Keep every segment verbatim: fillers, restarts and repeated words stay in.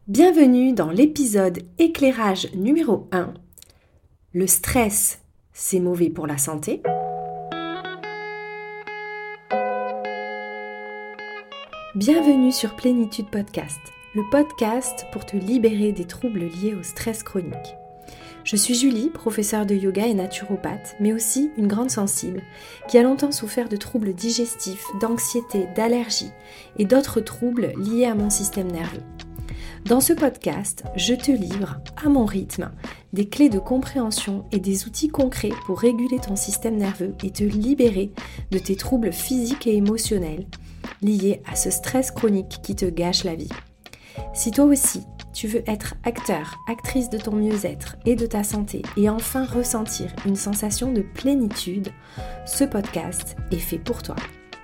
Bienvenue dans l'épisode éclairage numéro un. Le stress, c'est mauvais pour la santé. Bienvenue sur Plénitude Podcast, le podcast pour te libérer des troubles liés au stress chronique. Je suis Julie, professeure de yoga et naturopathe, mais aussi une grande sensible qui a longtemps souffert de troubles digestifs, d'anxiété, d'allergies et d'autres troubles liés à mon système nerveux. Dans ce podcast, je te livre, à mon rythme, des clés de compréhension et des outils concrets pour réguler ton système nerveux et te libérer de tes troubles physiques et émotionnels liés à ce stress chronique qui te gâche la vie. Si toi aussi, tu veux être acteur, actrice de ton mieux-être et de ta santé et enfin ressentir une sensation de plénitude, ce podcast est fait pour toi.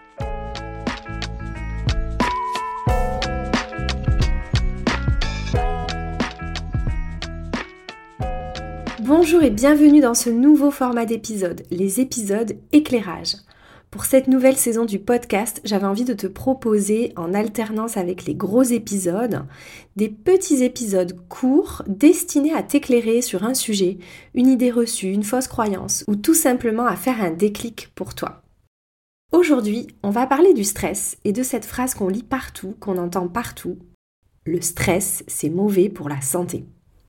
Bonjour et bienvenue dans ce nouveau format d'épisodes, les épisodes éclairage. Pour cette nouvelle saison du podcast, j'avais envie de te proposer, en alternance avec les gros épisodes, des petits épisodes courts destinés à t'éclairer sur un sujet, une idée reçue, une fausse croyance ou tout simplement à faire un déclic pour toi. Aujourd'hui, on va parler du stress et de cette phrase qu'on lit partout, qu'on entend partout. Le stress, c'est mauvais pour la santé.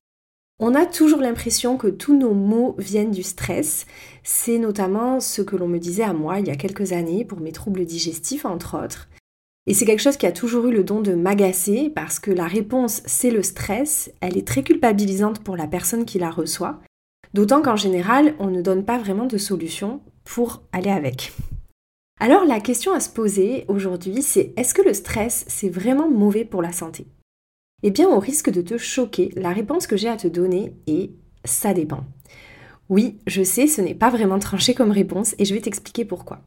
On a toujours l'impression que tous nos maux viennent du stress. C'est notamment ce que l'on me disait à moi il y a quelques années pour mes troubles digestifs entre autres. Et c'est quelque chose qui a toujours eu le don de m'agacer parce que la réponse c'est le stress, elle est très culpabilisante pour la personne qui la reçoit. D'autant qu'en général, on ne donne pas vraiment de solution pour aller avec. Alors la question à se poser aujourd'hui c'est est-ce que le stress c'est vraiment mauvais pour la santé ? Eh bien, au risque de te choquer, la réponse que j'ai à te donner est « ça dépend ». Oui, je sais, ce n'est pas vraiment tranché comme réponse et je vais t'expliquer pourquoi.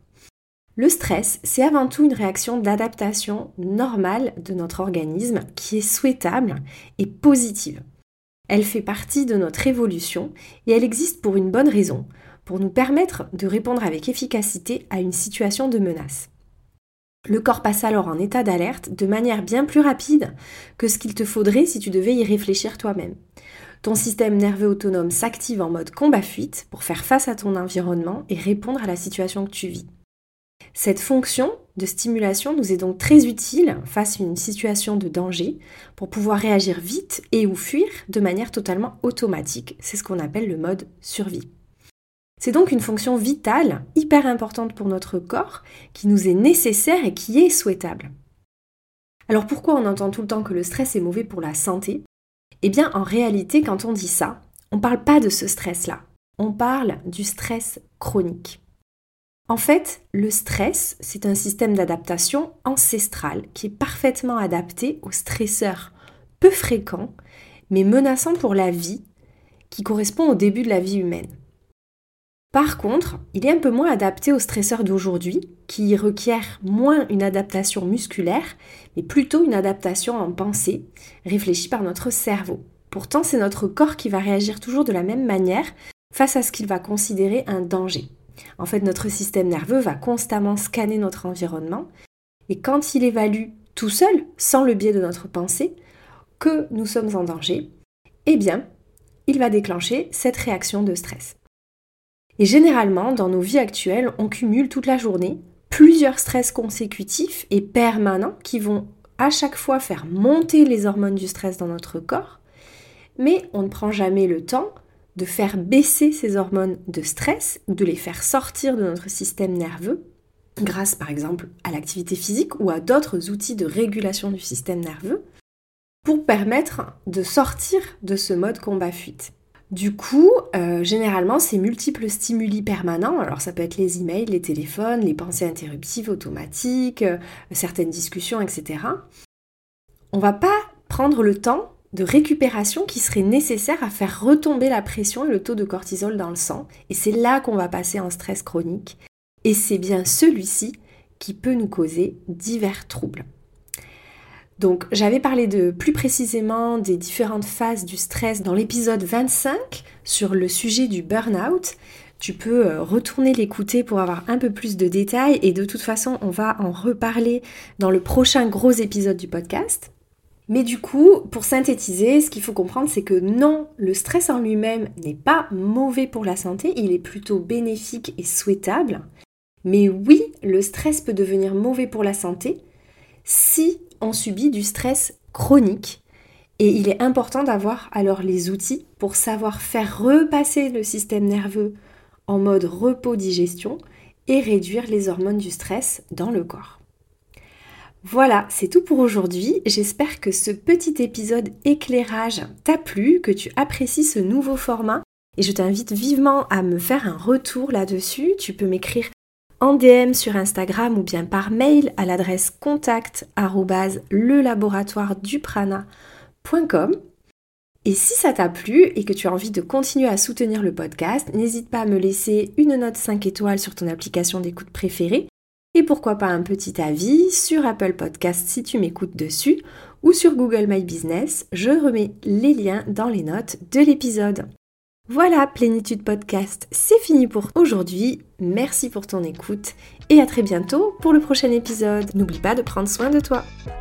Le stress, c'est avant tout une réaction d'adaptation normale de notre organisme qui est souhaitable et positive. Elle fait partie de notre évolution et elle existe pour une bonne raison, pour nous permettre de répondre avec efficacité à une situation de menace. Le corps passe alors en état d'alerte de manière bien plus rapide que ce qu'il te faudrait si tu devais y réfléchir toi-même. Ton système nerveux autonome s'active en mode combat-fuite pour faire face à ton environnement et répondre à la situation que tu vis. Cette fonction de stimulation nous est donc très utile face à une situation de danger pour pouvoir réagir vite et ou fuir de manière totalement automatique. C'est ce qu'on appelle le mode survie. C'est donc une fonction vitale, hyper importante pour notre corps, qui nous est nécessaire et qui est souhaitable. Alors pourquoi on entend tout le temps que le stress est mauvais pour la santé ? Eh bien en réalité, quand on dit ça, on ne parle pas de ce stress-là, on parle du stress chronique. En fait, le stress, c'est un système d'adaptation ancestral qui est parfaitement adapté aux stresseurs peu fréquents, mais menaçants pour la vie, qui correspond au début de la vie humaine. Par contre, il est un peu moins adapté aux stresseurs d'aujourd'hui, qui requièrent moins une adaptation musculaire, mais plutôt une adaptation en pensée, réfléchie par notre cerveau. Pourtant, c'est notre corps qui va réagir toujours de la même manière face à ce qu'il va considérer un danger. En fait, notre système nerveux va constamment scanner notre environnement, et quand il évalue tout seul, sans le biais de notre pensée, que nous sommes en danger, eh bien, il va déclencher cette réaction de stress. Et généralement, dans nos vies actuelles, on cumule toute la journée plusieurs stress consécutifs et permanents qui vont à chaque fois faire monter les hormones du stress dans notre corps, mais on ne prend jamais le temps de faire baisser ces hormones de stress ou de les faire sortir de notre système nerveux grâce par exemple à l'activité physique ou à d'autres outils de régulation du système nerveux pour permettre de sortir de ce mode combat-fuite. Du coup, euh, généralement, ces multiples stimuli permanents, alors ça peut être les emails, les téléphones, les pensées interruptives automatiques, euh, certaines discussions, et cetera. On ne va pas prendre le temps de récupération qui serait nécessaire à faire retomber la pression et le taux de cortisol dans le sang. Et c'est là qu'on va passer en stress chronique. Et c'est bien celui-ci qui peut nous causer divers troubles. Donc, j'avais parlé de plus précisément des différentes phases du stress dans l'épisode vingt-cinq sur le sujet du burn-out. Tu peux retourner l'écouter pour avoir un peu plus de détails et de toute façon, on va en reparler dans le prochain gros épisode du podcast. Mais du coup, pour synthétiser, ce qu'il faut comprendre, c'est que non, le stress en lui-même n'est pas mauvais pour la santé, il est plutôt bénéfique et souhaitable. Mais oui, le stress peut devenir mauvais pour la santé si on subit du stress chronique. Et il est important d'avoir alors les outils pour savoir faire repasser le système nerveux en mode repos-digestion et réduire les hormones du stress dans le corps. Voilà, c'est tout pour aujourd'hui. J'espère que ce petit épisode éclairage t'a plu, que tu apprécies ce nouveau format et je t'invite vivement à me faire un retour là-dessus. Tu peux m'écrire en D M sur Instagram ou bien par mail à l'adresse contact arobase le laboratoire du prana point com. Et si ça t'a plu et que tu as envie de continuer à soutenir le podcast, n'hésite pas à me laisser une note cinq étoiles sur ton application d'écoute préférée. Et pourquoi pas un petit avis sur Apple Podcast si tu m'écoutes dessus ou sur Google My Business, je remets les liens dans les notes de l'épisode. Voilà, Plénitude Podcast, c'est fini pour aujourd'hui. Merci pour ton écoute et à très bientôt pour le prochain épisode. N'oublie pas de prendre soin de toi.